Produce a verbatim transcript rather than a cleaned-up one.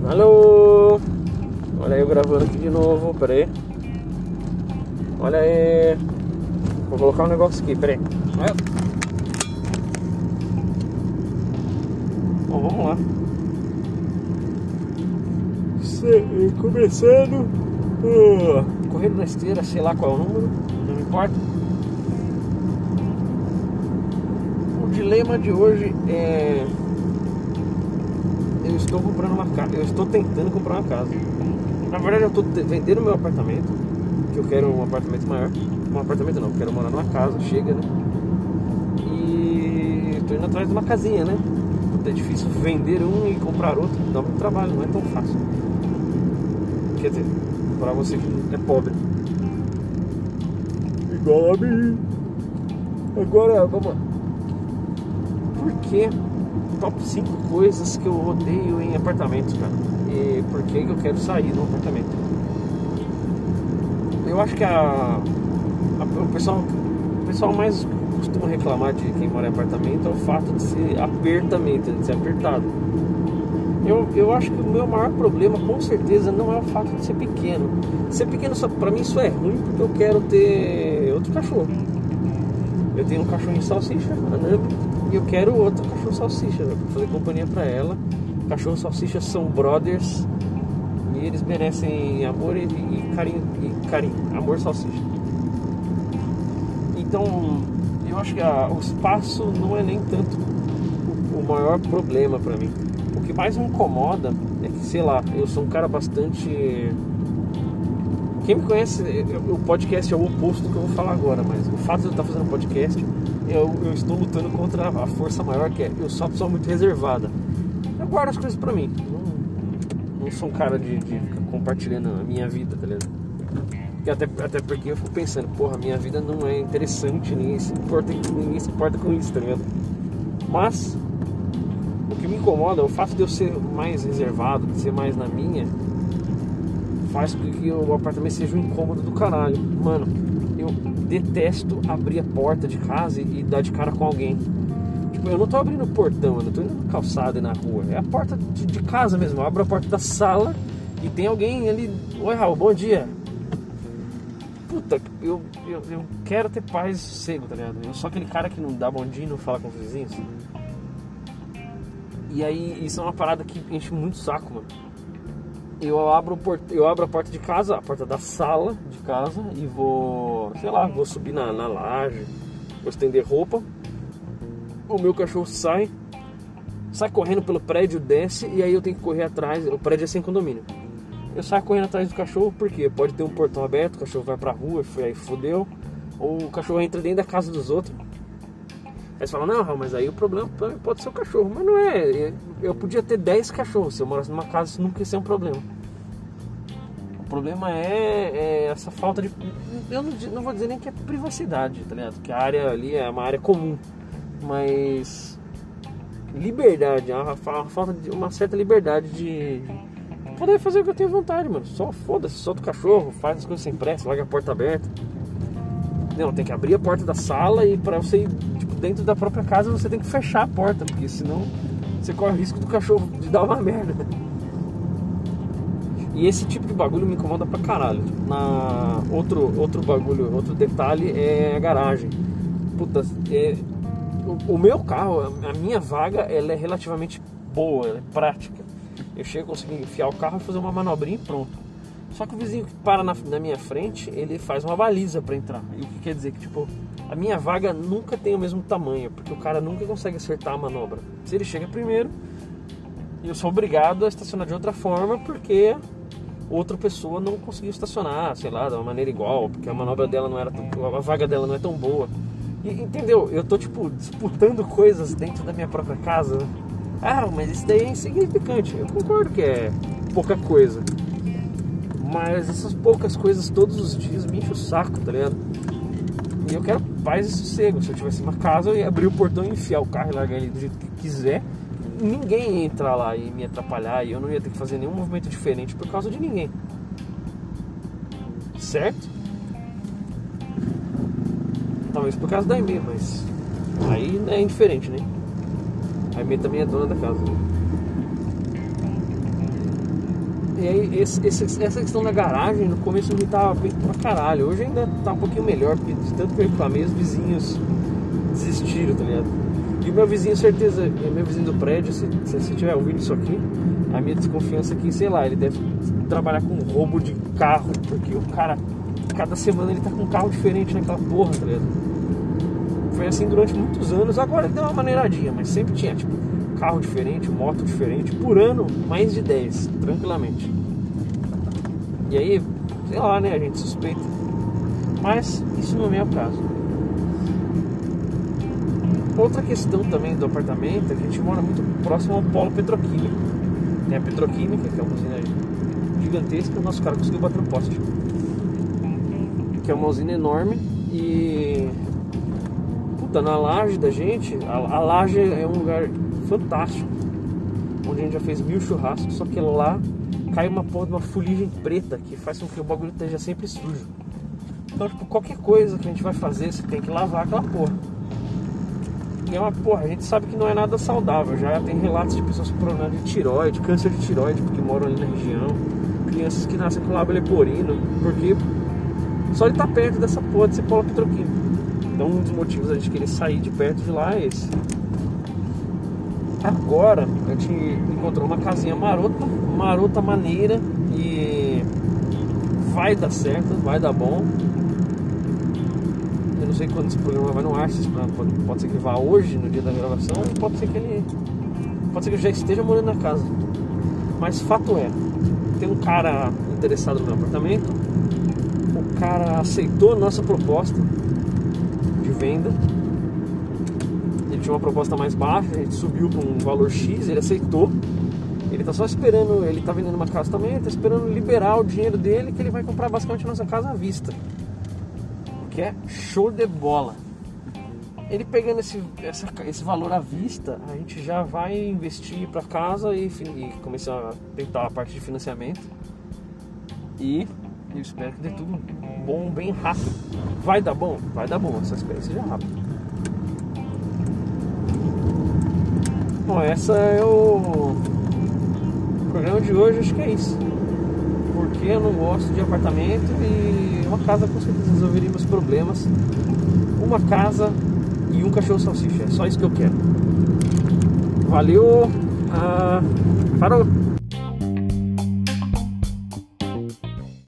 Alô? Olha aí eu gravando aqui de novo, pera aí. Olha aí. Vou colocar um negócio aqui, pera aí. Bom, vamos lá. Começando uh, correndo na esteira, sei lá qual é o número, não me importa. O dilema de hoje é: eu estou comprando uma casa, eu estou tentando comprar uma casa. Na verdade eu estou vendendo meu apartamento, que eu quero um apartamento maior. Um apartamento não, eu quero morar numa casa, chega, né? E estou indo atrás de uma casinha, né? É difícil vender um e comprar outro, dá muito trabalho, não é tão fácil. Quer dizer, para você que é pobre, igual a mim. Agora, vamos lá. Por que top cinco coisas que eu odeio em apartamentos, cara? E por que eu quero sair do apartamento? Eu acho que a, a o pessoal o pessoal mais costuma reclamar de quem mora em apartamento é o fato de ser apertamento, de ser apertado. Eu, eu acho que o meu maior problema, com certeza, não é o fato de ser pequeno. Ser pequeno, só, pra mim, isso é ruim porque eu quero ter outro cachorro. Eu tenho um cachorrinho salsicha, a Nambi, e eu quero outro cachorro salsicha, né, pra fazer companhia pra ela. Cachorro salsicha são brothers e eles merecem amor e, e carinho, e carinho, amor salsicha. Então, eu acho que a, o espaço não é nem tanto o, o maior problema pra mim. O que mais me incomoda é que, sei lá, eu sou um cara bastante... Quem me conhece, o podcast é o oposto do que eu vou falar agora, mas o fato de eu estar fazendo podcast, eu, eu estou lutando contra a força maior, que é eu sou uma pessoa muito reservada. Eu guardo as coisas pra mim. Não, não sou um cara de, de ficar compartilhando a minha vida, tá ligado? E até, até porque eu fico pensando, porra, a minha vida não é interessante, ninguém se importa, ninguém se importa com isso, tá ligado? Mas o que me incomoda é o fato de eu ser mais reservado, de ser mais na minha, faz com que o apartamento seja um incômodo do caralho. Mano, eu detesto abrir a porta de casa e dar de cara com alguém. Tipo, eu não tô abrindo o portão, eu não tô indo na calçada e na rua. É a porta de, de casa mesmo. Eu abro a porta da sala e tem alguém ali. Oi, Raul, bom dia. Puta, eu, eu, eu quero ter paz e sossego, tá ligado? Eu sou aquele cara que não dá bom dia e não fala com os vizinhos. E aí, isso é uma parada que enche muito o saco, mano. Eu abro, port... eu abro a porta de casa, a porta da sala de casa e vou, sei lá, vou subir na, na laje, vou estender roupa. O meu cachorro sai, sai correndo pelo prédio, desce e aí eu tenho que correr atrás. O prédio é sem condomínio. Eu saio correndo atrás do cachorro porque pode ter um portão aberto, o cachorro vai pra rua, aí fodeu. Ou o cachorro entra dentro da casa dos outros. Aí você fala, não, Raul, mas aí o problema pode ser o cachorro. Mas não é, eu podia ter dez cachorros. Se eu morasse numa casa, isso nunca ia ser um problema. O problema é, é essa falta de... Eu não, não vou dizer nem que é privacidade, tá ligado? Que a área ali é uma área comum. Mas... liberdade, uma, uma falta de uma certa liberdade de... poder fazer o que eu tenho vontade, mano. Só foda-se, solta o cachorro, faz as coisas sem pressa, larga a porta aberta. Não, tem que abrir a porta da sala e pra você ir, tipo, dentro da própria casa você tem que fechar a porta, porque senão você corre o risco do cachorro de dar uma merda. E esse tipo de bagulho me incomoda pra caralho. Na... Outro, outro bagulho, outro detalhe é a garagem. Puta, é... o, o meu carro, a minha vaga, ela é relativamente boa, ela é prática. Eu chego a conseguir enfiar o carro e fazer uma manobrinha e pronto. Só que o vizinho que para na, na minha frente, ele faz uma baliza pra entrar. E o que quer dizer? Que tipo, a minha vaga nunca tem o mesmo tamanho, porque o cara nunca consegue acertar a manobra. Se ele chega primeiro, eu sou obrigado a estacionar de outra forma, porque outra pessoa não conseguiu estacionar, sei lá, de uma maneira igual, porque a manobra dela não era tão, a vaga dela não é tão boa. E, entendeu? Eu tô tipo disputando coisas dentro da minha própria casa. Ah, mas isso daí é insignificante. Eu concordo que é pouca coisa. Mas essas poucas coisas todos os dias me enchem o saco, tá ligado? E eu quero paz e sossego. Se eu tivesse uma casa, eu ia abrir o portão e enfiar o carro e largar ele do jeito que quiser. Ninguém ia entrar lá e me atrapalhar. E eu não ia ter que fazer nenhum movimento diferente por causa de ninguém. Certo? Talvez por causa da Aimee, mas aí é indiferente, né? A Aimee também é dona da casa. E aí esse, esse, essa questão da garagem, no começo me tava feito pra caralho. Hoje ainda tá um pouquinho melhor, porque de tanto que eu reclamei, os vizinhos desistiram, tá ligado? E o meu vizinho, certeza, meu vizinho do prédio, se você estiver ouvindo isso aqui, a minha desconfiança é que, sei lá, ele deve trabalhar com roubo de carro, porque o cara, cada semana ele tá com um carro diferente naquela porra, tá ligado? Foi assim durante muitos anos, agora deu uma maneiradinha, mas sempre tinha, tipo, carro diferente, moto diferente, por ano, mais de dez, tranquilamente. E aí, sei lá, né, a gente suspeita. Mas isso não é o caso. Outra questão também do apartamento é que a gente mora muito próximo ao polo petroquímico. Tem a petroquímica, que é uma usina gigantesca, o nosso cara conseguiu bater no poste. Que é uma usina enorme e... Puta, na laje da gente, a, a laje é um lugar fantástico, onde a gente já fez mil churrascos, só que lá cai uma porra de uma fuligem preta que faz com que o bagulho esteja sempre sujo. Então, tipo, qualquer coisa que a gente vai fazer, você tem que lavar aquela porra. E é uma porra, a gente sabe que não é nada saudável. Já tem relatos de pessoas com problema de tireoide, câncer de tireoide, porque moram ali na região, crianças que nascem com lábio leporino, porque só de estar perto dessa porra desse polo petroquímico. Então um dos motivos a gente querer sair de perto de lá é esse. Agora a gente encontrou uma casinha marota, marota maneira, e vai dar certo, vai dar bom. Eu não sei quando esse programa vai no ar, pode, pode ser que ele vá hoje, no dia da gravação, ou pode ser que ele pode ser que eu já esteja morando na casa. Mas fato é, tem um cara interessado no meu apartamento, o cara aceitou a nossa proposta de venda. Ele tinha uma proposta mais baixa, a gente subiu para um valor X, ele aceitou. Ele tá só esperando, ele tá vendendo uma casa também, ele tá esperando liberar o dinheiro dele, que ele vai comprar basicamente a nossa casa à vista. Que é show de bola. Ele pegando esse, essa, esse valor à vista, a gente já vai investir para casa e, e começar a tentar a parte de financiamento. E eu espero que dê tudo bom, bem rápido. Vai dar bom? Vai dar bom, essa espero que seja rápido. Bom, essa é o programa de hoje, acho que é isso. Porque eu não gosto de apartamento e uma casa com certeza resolveria meus problemas. Uma casa e um cachorro salsicha, é só isso que eu quero. Valeu, ah, parou!